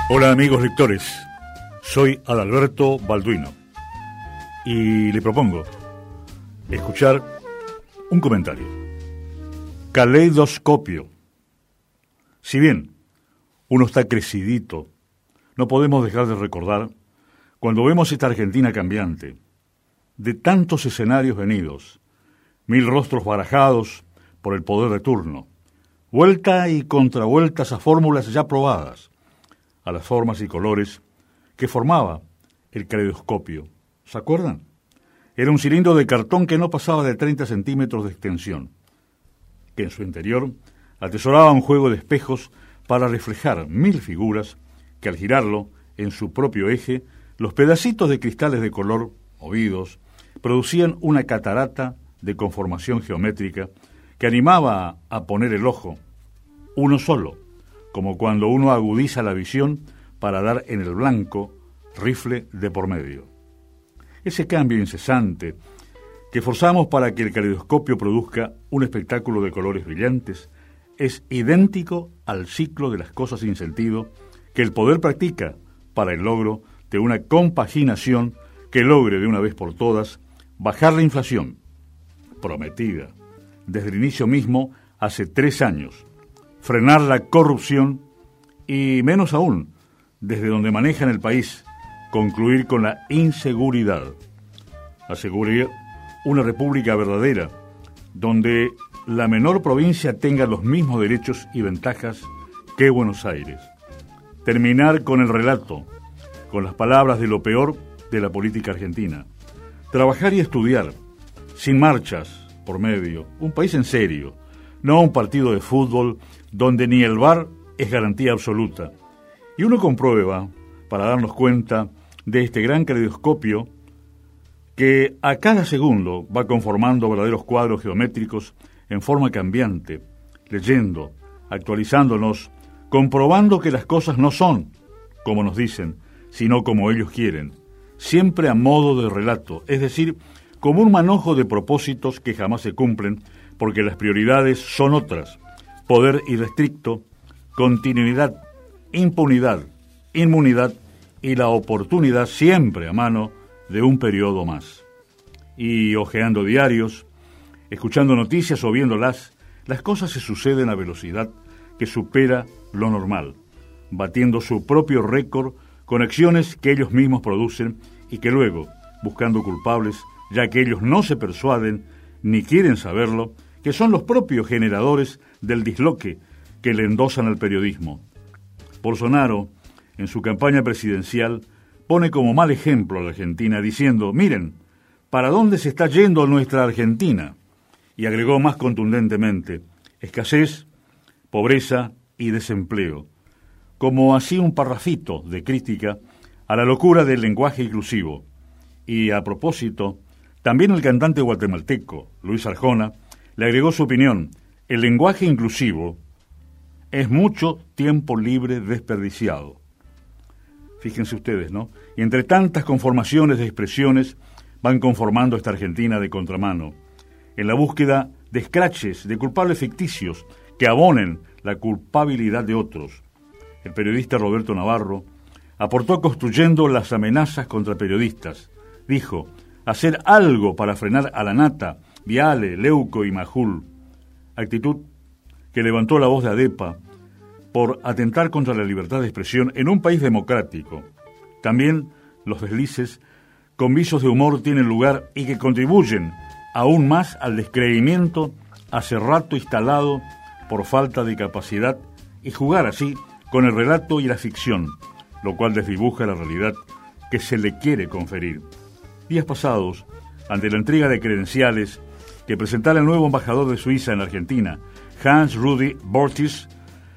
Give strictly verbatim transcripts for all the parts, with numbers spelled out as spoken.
Hola amigos lectores, soy Adalberto Balduino y le propongo escuchar un comentario. Caleidoscopio. Si bien uno está crecidito, no podemos dejar de recordar, cuando vemos esta Argentina cambiante, de tantos escenarios venidos, mil rostros barajados por el poder de turno, vuelta y contravueltas a fórmulas ya probadas, a las formas y colores que formaba el caleidoscopio. ¿Se acuerdan? Era un cilindro de cartón que no pasaba de treinta centímetros de extensión, que en su interior atesoraba un juego de espejos para reflejar mil figuras que al girarlo en su propio eje, los pedacitos de cristales de color movidos producían una catarata de conformación geométrica que animaba a poner el ojo, uno solo, como cuando uno agudiza la visión para dar en el blanco, rifle de por medio. Ese cambio incesante que forzamos para que el caleidoscopio produzca un espectáculo de colores brillantes es idéntico al ciclo de las cosas sin sentido que el poder practica para el logro de una compaginación que logre de una vez por todas bajar la inflación, prometida desde el inicio mismo hace tres años, frenar la corrupción y, menos aún, desde donde manejan el país, concluir con la inseguridad, asegurar una república verdadera, donde la menor provincia tenga los mismos derechos y ventajas que Buenos Aires, terminar con el relato, con las palabras de lo peor de la política argentina, trabajar y estudiar, sin marchas por medio, un país en serio, no un partido de fútbol donde ni el V A R es garantía absoluta. Y uno comprueba, para darnos cuenta de este gran caleidoscopio, que a cada segundo va conformando verdaderos cuadros geométricos en forma cambiante, leyendo, actualizándonos, comprobando que las cosas no son como nos dicen, sino como ellos quieren, siempre a modo de relato, es decir, como un manojo de propósitos que jamás se cumplen, porque las prioridades son otras: poder irrestricto, continuidad, impunidad, inmunidad y la oportunidad siempre a mano de un periodo más. Y hojeando diarios, escuchando noticias o viéndolas, las cosas se suceden a velocidad que supera lo normal, batiendo su propio récord con acciones que ellos mismos producen y que luego, buscando culpables, ya que ellos no se persuaden ni quieren saberlo, que son los propios generadores del disloque que le endosan al periodismo. Bolsonaro, en su campaña presidencial, pone como mal ejemplo a la Argentina diciendo: miren, ¿para dónde se está yendo nuestra Argentina? Y agregó más contundentemente: escasez, pobreza y desempleo. Como así un parrafito de crítica a la locura del lenguaje inclusivo. Y a propósito, también el cantante guatemalteco, Luis Arjona, le agregó su opinión: el lenguaje inclusivo es mucho tiempo libre desperdiciado. Fíjense ustedes, ¿no? Y entre tantas conformaciones de expresiones van conformando esta Argentina de contramano, en la búsqueda de escraches, de culpables ficticios que abonen la culpabilidad de otros. El periodista Roberto Navarro aportó construyendo las amenazas contra periodistas. Dijo: hacer algo para frenar a la Nata, Viale, Leuco y Majul. Actitud que levantó la voz de ADEPA por atentar contra la libertad de expresión en un país democrático. También los deslices con visos de humor tienen lugar y que contribuyen aún más al descreimiento hace rato instalado por falta de capacidad y jugar así con el relato y la ficción, lo cual desdibuja la realidad que se le quiere conferir. Días pasados, ante la entrega de credenciales que presentara el nuevo embajador de Suiza en la Argentina, Hans-Rudi Bortis,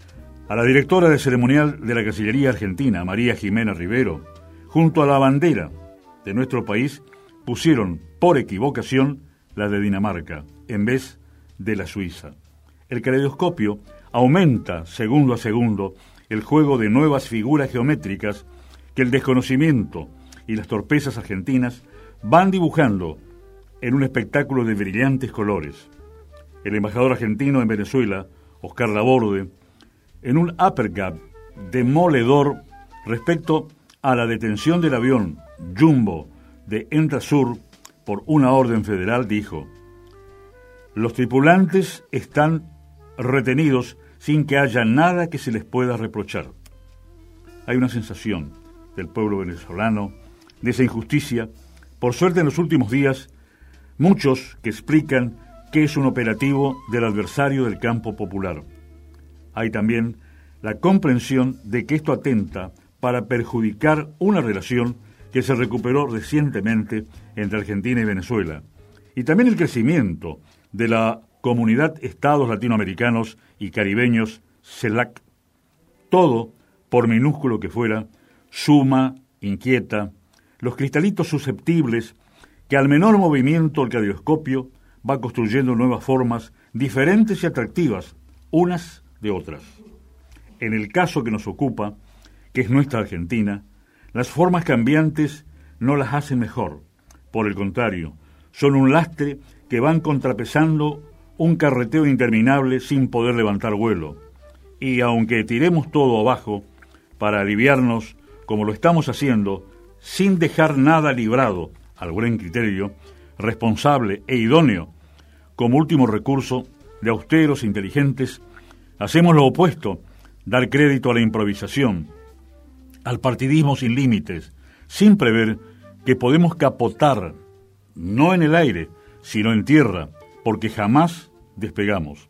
a la directora de ceremonial de la Cancillería Argentina, María Jimena Rivero, junto a la bandera de nuestro país, pusieron por equivocación la de Dinamarca, en vez de la Suiza. El caleidoscopio aumenta segundo a segundo el juego de nuevas figuras geométricas que el desconocimiento y las torpezas argentinas van dibujando en un espectáculo de brillantes colores. El embajador argentino en Venezuela, Oscar Laborde, en un uppercut demoledor, respecto a la detención del avión Jumbo de Entrasur por una orden federal, dijo: los tripulantes están retenidos sin que haya nada que se les pueda reprochar. Hay una sensación del pueblo venezolano de esa injusticia. Por suerte, en los últimos días, muchos que explican que es un operativo del adversario del campo popular. Hay también la comprensión de que esto atenta para perjudicar una relación que se recuperó recientemente entre Argentina y Venezuela, y también el crecimiento de la Comunidad Estados Latinoamericanos y Caribeños, CELAC. Todo, por minúsculo que fuera, suma, inquieta, los cristalitos susceptibles que al menor movimiento del caleidoscopio va construyendo nuevas formas diferentes y atractivas, unas de otras. En el caso que nos ocupa, que es nuestra Argentina, las formas cambiantes no las hacen mejor. Por el contrario, son un lastre que van contrapesando un carreteo interminable sin poder levantar vuelo. Y aunque tiremos todo abajo para aliviarnos, como lo estamos haciendo, sin dejar nada librado al buen criterio, responsable e idóneo, como último recurso de austeros e inteligentes, hacemos lo opuesto: dar crédito a la improvisación, al partidismo sin límites, sin prever que podemos capotar, no en el aire, sino en tierra, porque jamás despegamos.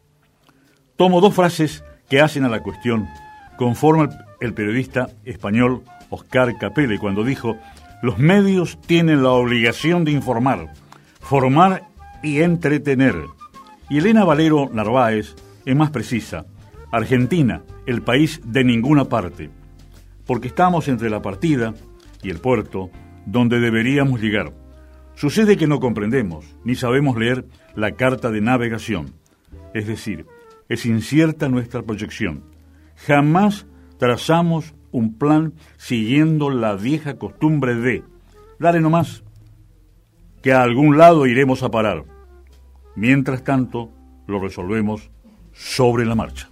Tomo dos frases que hacen a la cuestión, conforme el periodista español Oscar Capelle cuando dijo: los medios tienen la obligación de informar, formar y entretener. Y Elena Valero Narváez es más precisa: Argentina, el país de ninguna parte, porque estamos entre la partida y el puerto donde deberíamos llegar. Sucede que no comprendemos ni sabemos leer la carta de navegación, es decir, es incierta nuestra proyección. Jamás trazamos un plan siguiendo la vieja costumbre de dale nomás, que a algún lado iremos a parar. Mientras tanto, lo resolvemos sobre la marcha.